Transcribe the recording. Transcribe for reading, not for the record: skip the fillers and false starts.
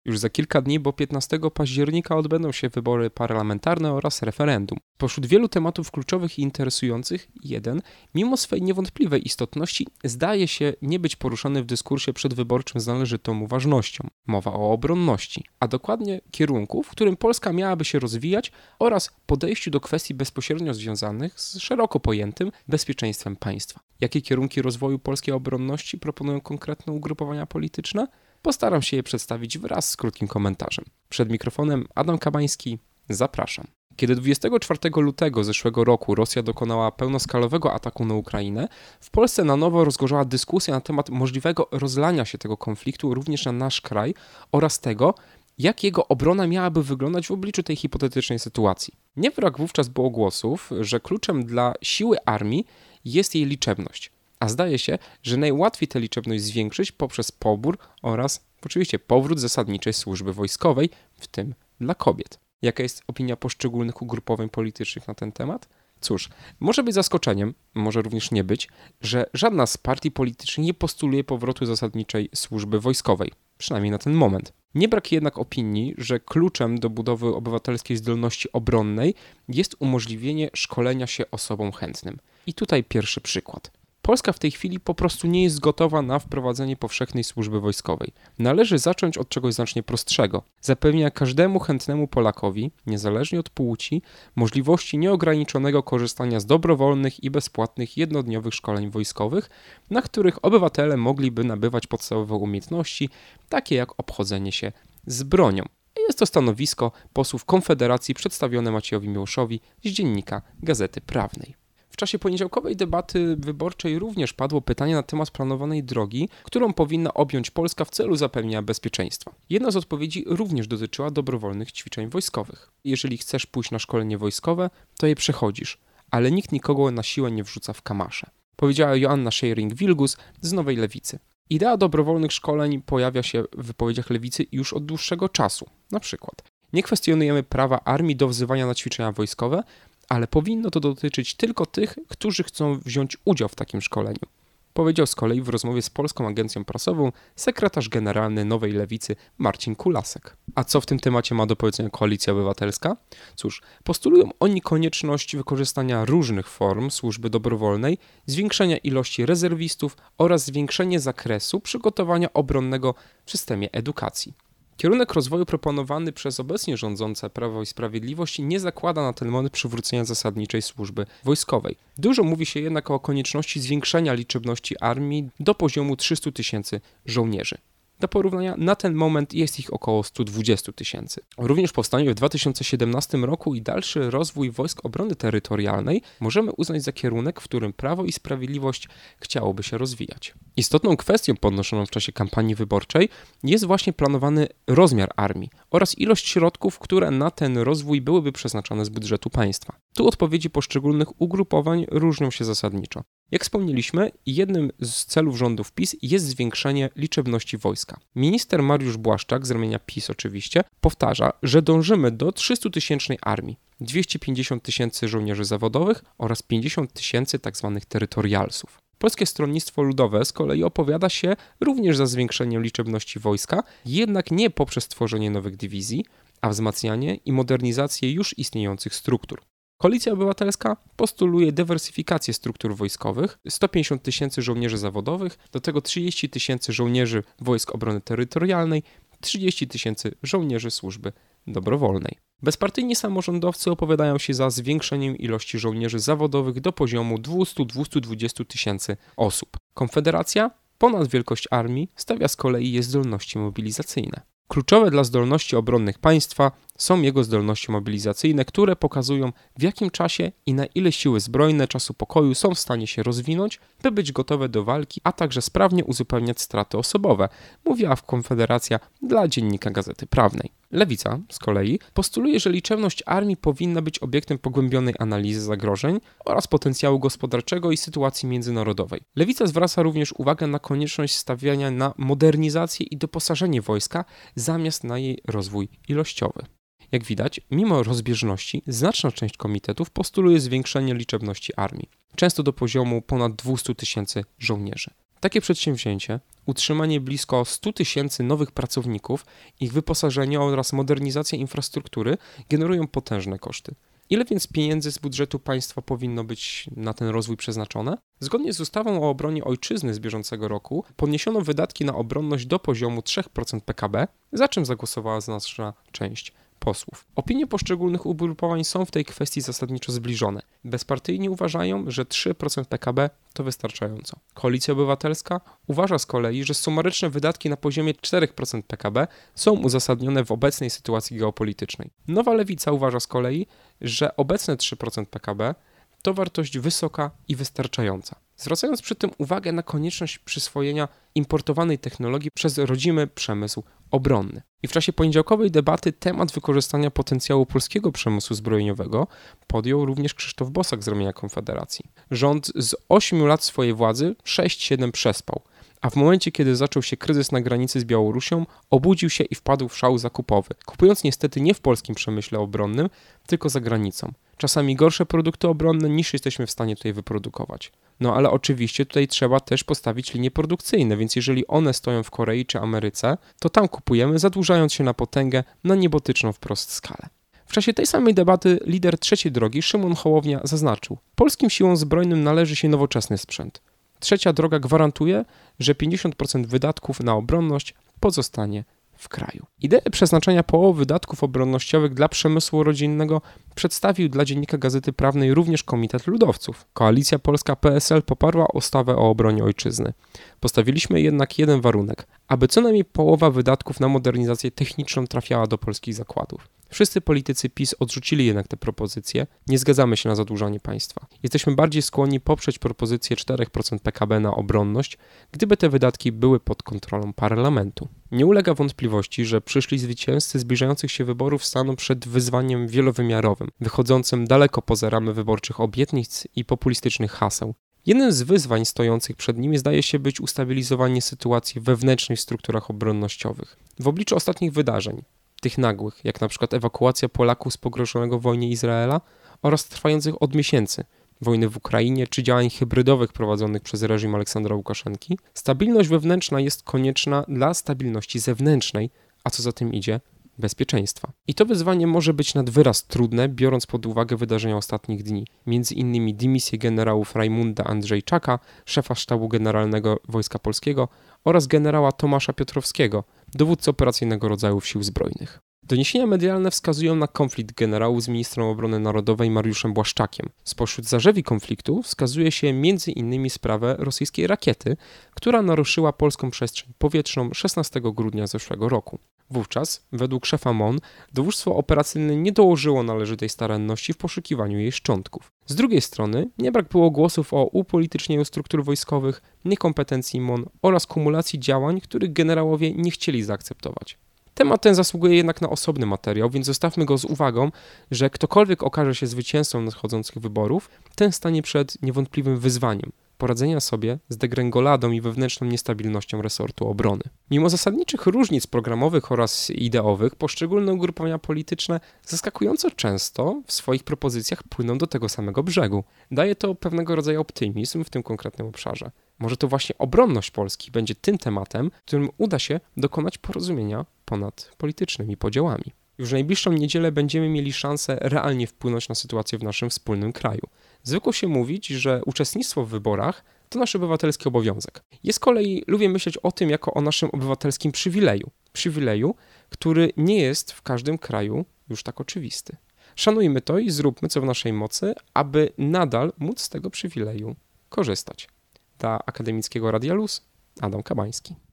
Już za kilka dni, bo 15 października odbędą się wybory parlamentarne oraz referendum. Pośród wielu tematów kluczowych i interesujących, jeden, mimo swej niewątpliwej istotności, zdaje się nie być poruszany w dyskursie przedwyborczym z należytą ważnością. Mowa o obronności, a dokładnie kierunku, w którym Polska miałaby się rozwijać oraz podejściu do kwestii bezpośrednio związanych z szeroko pojętym bezpieczeństwem państwa. Jakie kierunki rozwoju polskiej obronności proponują konkretne ugrupowania polityczne? Postaram się je przedstawić wraz z krótkim komentarzem. Przed mikrofonem Adam Kabański, zapraszam. Kiedy 24 lutego zeszłego roku Rosja dokonała pełnoskalowego ataku na Ukrainę, w Polsce na nowo rozgorzała dyskusja na temat możliwego rozlania się tego konfliktu również na nasz kraj oraz tego, jak jego obrona miałaby wyglądać w obliczu tej hipotetycznej sytuacji. Nie brak wówczas było głosów, że kluczem dla siły armii jest jej liczebność. A zdaje się, że najłatwiej tę liczebność zwiększyć poprzez pobór oraz oczywiście powrót zasadniczej służby wojskowej, w tym dla kobiet. Jaka jest opinia poszczególnych ugrupowań politycznych na ten temat? Cóż, może być zaskoczeniem, może również nie być, że żadna z partii politycznych nie postuluje powrotu zasadniczej służby wojskowej, przynajmniej na ten moment. Nie brak jednak opinii, że kluczem do budowy obywatelskiej zdolności obronnej jest umożliwienie szkolenia się osobom chętnym. I tutaj pierwszy przykład. Polska w tej chwili po prostu nie jest gotowa na wprowadzenie powszechnej służby wojskowej. Należy zacząć od czegoś znacznie prostszego. Zapewnia każdemu chętnemu Polakowi, niezależnie od płci, możliwości nieograniczonego korzystania z dobrowolnych i bezpłatnych jednodniowych szkoleń wojskowych, na których obywatele mogliby nabywać podstawowe umiejętności, takie jak obchodzenie się z bronią. Jest to stanowisko posłów Konfederacji przedstawione Maciejowi Miłoszowi z dziennika Gazety Prawnej. W czasie poniedziałkowej debaty wyborczej również padło pytanie na temat planowanej drogi, którą powinna objąć Polska w celu zapewnienia bezpieczeństwa. Jedna z odpowiedzi również dotyczyła dobrowolnych ćwiczeń wojskowych. Jeżeli chcesz pójść na szkolenie wojskowe, to je przechodzisz, ale nikt nikogo na siłę nie wrzuca w kamasze. Powiedziała Joanna Scheuring-Wilgus z Nowej Lewicy. Idea dobrowolnych szkoleń pojawia się w wypowiedziach Lewicy już od dłuższego czasu. Na przykład, nie kwestionujemy prawa armii do wzywania na ćwiczenia wojskowe, ale powinno to dotyczyć tylko tych, którzy chcą wziąć udział w takim szkoleniu. Powiedział z kolei w rozmowie z Polską Agencją Prasową sekretarz generalny Nowej Lewicy Marcin Kulasek. A co w tym temacie ma do powiedzenia Koalicja Obywatelska? Cóż, postulują oni konieczność wykorzystania różnych form służby dobrowolnej, zwiększenia ilości rezerwistów oraz zwiększenie zakresu przygotowania obronnego w systemie edukacji. Kierunek rozwoju proponowany przez obecnie rządzące Prawo i Sprawiedliwość nie zakłada na ten moment przywrócenia zasadniczej służby wojskowej. Dużo mówi się jednak o konieczności zwiększenia liczebności armii do poziomu 300 000 żołnierzy. Do porównania, na ten moment jest ich około 120 000. Również powstanie w 2017 roku i dalszy rozwój Wojsk Obrony Terytorialnej możemy uznać za kierunek, w którym Prawo i Sprawiedliwość chciałoby się rozwijać. Istotną kwestią podnoszoną w czasie kampanii wyborczej jest właśnie planowany rozmiar armii oraz ilość środków, które na ten rozwój byłyby przeznaczone z budżetu państwa. Tu odpowiedzi poszczególnych ugrupowań różnią się zasadniczo. Jak wspomnieliśmy, jednym z celów rządów PiS jest zwiększenie liczebności wojska. Minister Mariusz Błaszczak, z ramienia PiS oczywiście, powtarza, że dążymy do 300-tysięcznej armii, 250 000 żołnierzy zawodowych oraz 50 000 tzw. terytorialsów. Polskie Stronnictwo Ludowe z kolei opowiada się również za zwiększeniem liczebności wojska, jednak nie poprzez tworzenie nowych dywizji, a wzmacnianie i modernizację już istniejących struktur. Koalicja Obywatelska postuluje dywersyfikację struktur wojskowych, 150 000 żołnierzy zawodowych, do tego 30 000 żołnierzy Wojsk Obrony Terytorialnej, 30 000 żołnierzy służby dobrowolnej. Bezpartyjni samorządowcy opowiadają się za zwiększeniem ilości żołnierzy zawodowych do poziomu 200-220 000 osób. Konfederacja ponad wielkość armii stawia z kolei jej zdolności mobilizacyjne. Kluczowe dla zdolności obronnych państwa są jego zdolności mobilizacyjne, które pokazują, w jakim czasie i na ile siły zbrojne czasu pokoju są w stanie się rozwinąć, by być gotowe do walki, a także sprawnie uzupełniać straty osobowe, mówiła Konfederacja dla dziennika Gazety Prawnej. Lewica z kolei postuluje, że liczebność armii powinna być obiektem pogłębionej analizy zagrożeń oraz potencjału gospodarczego i sytuacji międzynarodowej. Lewica zwraca również uwagę na konieczność stawiania na modernizację i doposażenie wojska zamiast na jej rozwój ilościowy. Jak widać, mimo rozbieżności, znaczna część komitetów postuluje zwiększenie liczebności armii, często do poziomu ponad 200 000 żołnierzy. Takie przedsięwzięcie, utrzymanie blisko 100 000 nowych pracowników, ich wyposażenie oraz modernizacja infrastruktury generują potężne koszty. Ile więc pieniędzy z budżetu państwa powinno być na ten rozwój przeznaczone? Zgodnie z ustawą o obronie ojczyzny z bieżącego roku podniesiono wydatki na obronność do poziomu 3% PKB, za czym zagłosowała znaczna część posłów. Opinie poszczególnych ugrupowań są w tej kwestii zasadniczo zbliżone. Bezpartyjni uważają, że 3% PKB to wystarczająco. Koalicja Obywatelska uważa z kolei, że sumaryczne wydatki na poziomie 4% PKB są uzasadnione w obecnej sytuacji geopolitycznej. Nowa Lewica uważa z kolei, że obecne 3% PKB to wartość wysoka i wystarczająca. Zwracając przy tym uwagę na konieczność przyswojenia importowanej technologii przez rodzimy przemysł obronny. I w czasie poniedziałkowej debaty temat wykorzystania potencjału polskiego przemysłu zbrojeniowego podjął również Krzysztof Bosak z ramienia Konfederacji. Rząd z 8 lat swojej władzy 6-7 przespał, a w momencie, kiedy zaczął się kryzys na granicy z Białorusią, obudził się i wpadł w szał zakupowy, kupując niestety nie w polskim przemyśle obronnym, tylko za granicą. Czasami gorsze produkty obronne niż jesteśmy w stanie tutaj wyprodukować. No ale oczywiście tutaj trzeba też postawić linie produkcyjne, więc jeżeli one stoją w Korei czy Ameryce, to tam kupujemy, zadłużając się na potęgę na niebotyczną wprost skalę. W czasie tej samej debaty lider Trzeciej Drogi Szymon Hołownia zaznaczył: polskim siłom zbrojnym należy się nowoczesny sprzęt. Trzecia Droga gwarantuje, że 50% wydatków na obronność pozostanie w kraju. Ideę przeznaczenia połowy wydatków obronnościowych dla przemysłu rodzinnego przedstawił dla Dziennika Gazety Prawnej również Komitet Ludowców. Koalicja Polska PSL poparła ustawę o obronie ojczyzny. Postawiliśmy jednak jeden warunek, aby co najmniej połowa wydatków na modernizację techniczną trafiała do polskich zakładów. Wszyscy politycy PiS odrzucili jednak te propozycje. Nie zgadzamy się na zadłużanie państwa. Jesteśmy bardziej skłonni poprzeć propozycję 4% PKB na obronność, gdyby te wydatki były pod kontrolą parlamentu. Nie ulega wątpliwości, że przyszli zwycięzcy zbliżających się wyborów staną przed wyzwaniem wielowymiarowym, wychodzącym daleko poza ramy wyborczych obietnic i populistycznych haseł. Jednym z wyzwań stojących przed nimi zdaje się być ustabilizowanie sytuacji wewnętrznej w strukturach obronnościowych. W obliczu ostatnich wydarzeń, tych nagłych, jak na przykład ewakuacja Polaków z pogrążonego w wojnie Izraela oraz trwających od miesięcy wojny w Ukrainie czy działań hybrydowych prowadzonych przez reżim Aleksandra Łukaszenki, stabilność wewnętrzna jest konieczna dla stabilności zewnętrznej, a co za tym idzie, bezpieczeństwa. I to wyzwanie może być nad wyraz trudne, biorąc pod uwagę wydarzenia ostatnich dni, między innymi dymisję generałów Rajmunda Andrzejczaka, szefa Sztabu Generalnego Wojska Polskiego oraz generała Tomasza Piotrowskiego, dowódcę operacyjnego rodzajów Sił Zbrojnych. Doniesienia medialne wskazują na konflikt generałów z ministrem obrony narodowej Mariuszem Błaszczakiem. Spośród zarzewi konfliktu wskazuje się m.in. sprawę rosyjskiej rakiety, która naruszyła polską przestrzeń powietrzną 16 grudnia zeszłego roku. Wówczas, według szefa MON, dowództwo operacyjne nie dołożyło należytej staranności w poszukiwaniu jej szczątków. Z drugiej strony, nie brak było głosów o upolitycznieniu struktur wojskowych, niekompetencji MON oraz kumulacji działań, których generałowie nie chcieli zaakceptować. Temat ten zasługuje jednak na osobny materiał, więc zostawmy go z uwagą, że ktokolwiek okaże się zwycięzcą nadchodzących wyborów, ten stanie przed niewątpliwym wyzwaniem poradzenia sobie z degrengoladą i wewnętrzną niestabilnością resortu obrony. Mimo zasadniczych różnic programowych oraz ideowych, poszczególne ugrupowania polityczne zaskakująco często w swoich propozycjach płyną do tego samego brzegu. Daje to pewnego rodzaju optymizm w tym konkretnym obszarze. Może to właśnie obronność Polski będzie tym tematem, którym uda się dokonać porozumienia ponad politycznymi podziałami. Już w najbliższą niedzielę będziemy mieli szansę realnie wpłynąć na sytuację w naszym wspólnym kraju. Zwykło się mówić, że uczestnictwo w wyborach to nasz obywatelski obowiązek. Ja z kolei lubię myśleć o tym jako o naszym obywatelskim przywileju. Przywileju, który nie jest w każdym kraju już tak oczywisty. Szanujmy to i zróbmy co w naszej mocy, aby nadal móc z tego przywileju korzystać. Dla Akademickiego Radia Luz, Adam Kabański.